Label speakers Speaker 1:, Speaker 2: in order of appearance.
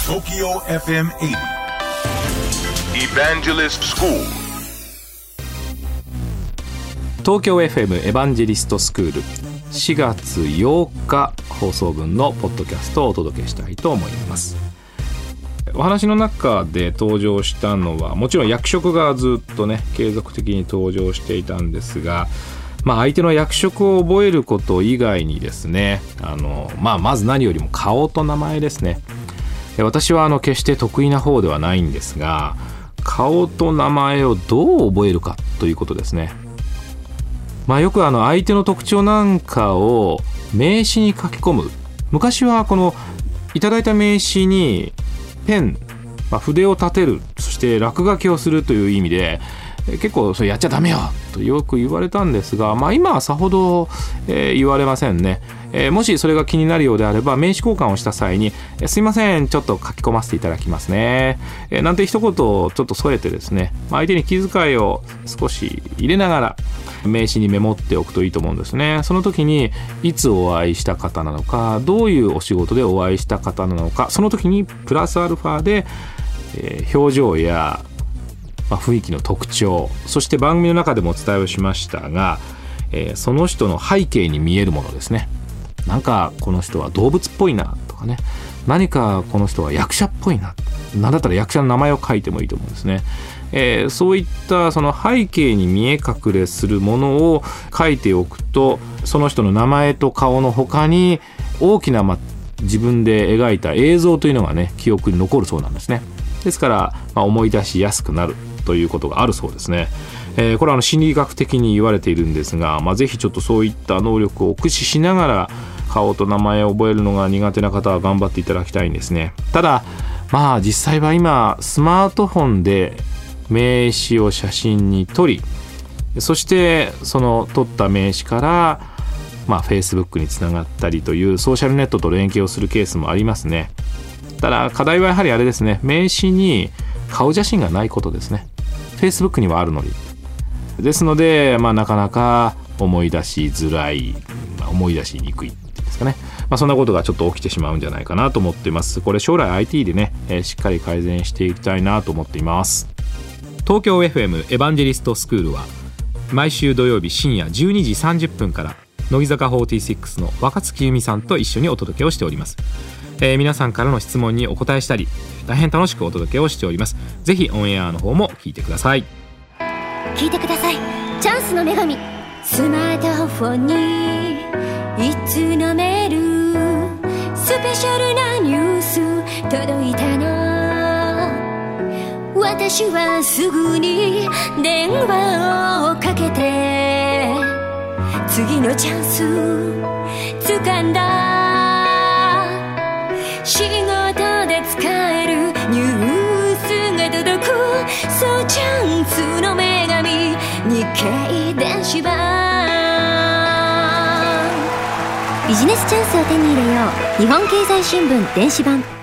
Speaker 1: TOKYO FM 80 Evangelist School。
Speaker 2: 東京 FM エバンジェリストスクール4月8日放送分のポッドキャストをお届けしたいと思います。お話の中で登場したのはもちろん役職がずっとね継続的に登場していたんですが、相手の役職を覚えること以外にですねまず何よりも顔と名前ですね。私は決して得意な方ではないんですが、顔と名前をどう覚えるかということですね。よく相手の特徴なんかを名詞に書き込む。昔はこのいただいた名詞にペン、筆を立てる、そして落書きをするという意味で結構それやっちゃダメよとよく言われたんですが、今はさほど、言われませんね。もしそれが気になるようであれば名刺交換をした際にすいませんちょっと書き込ませていただきますね、なんて一言をちょっと添えてですね、相手に気遣いを少し入れながら名刺にメモっておくといいと思うんですね。その時にいつお会いした方なのか、どういうお仕事でお会いした方なのか、その時にプラスアルファで、表情や雰囲気の特徴、そして番組の中でもお伝えをしましたが、その人の背景に見えるものですね。なんかこの人は動物っぽいなとかね、何かこの人は役者っぽいな、なんだったら役者の名前を書いてもいいと思うんですね。そういったその背景に見え隠れするものを書いておくと、その人の名前と顔の他に大きな、自分で描いた映像というのがね記憶に残るそうなんですね。ですから、思い出しやすくなるということがあるそうですね。これは心理学的に言われているんですが、ぜひちょっとそういった能力を駆使しながら顔と名前を覚えるのが苦手な方は頑張っていただきたいんですね。ただ実際は今スマートフォンで名刺を写真に撮り、そしてその撮った名刺からFacebook につながったりというソーシャルネットと連携をするケースもありますね。ただ課題はやはりあれですね、名刺に顔写真がないことですね。 Facebook にはあるのにですので、なかなか思い出しづらい、思い出しにくいですかね。そんなことがちょっと起きてしまうんじゃないかなと思っています。これ将来 IT でね、しっかり改善していきたいなと思っています。東京 FM エヴァンジェリストスクールは毎週土曜日深夜12時30分から乃木坂46の若月由美さんと一緒にお届けをしております。皆さんからの質問にお答えしたり大変楽しくお届けをしております。ぜひオンエアの方も聞いてください。
Speaker 3: 聞いてください。チャンスの女神。スマートフォンにいつのメール、スペシャルなニュース届いたの。私はすぐに電話をかけて次のチャンス掴んだ。仕事で使えるニュースが届く、そうチャンスの女神、日経電子版。ビジネスチャンスを手に入れよう。日本経済新聞電子版。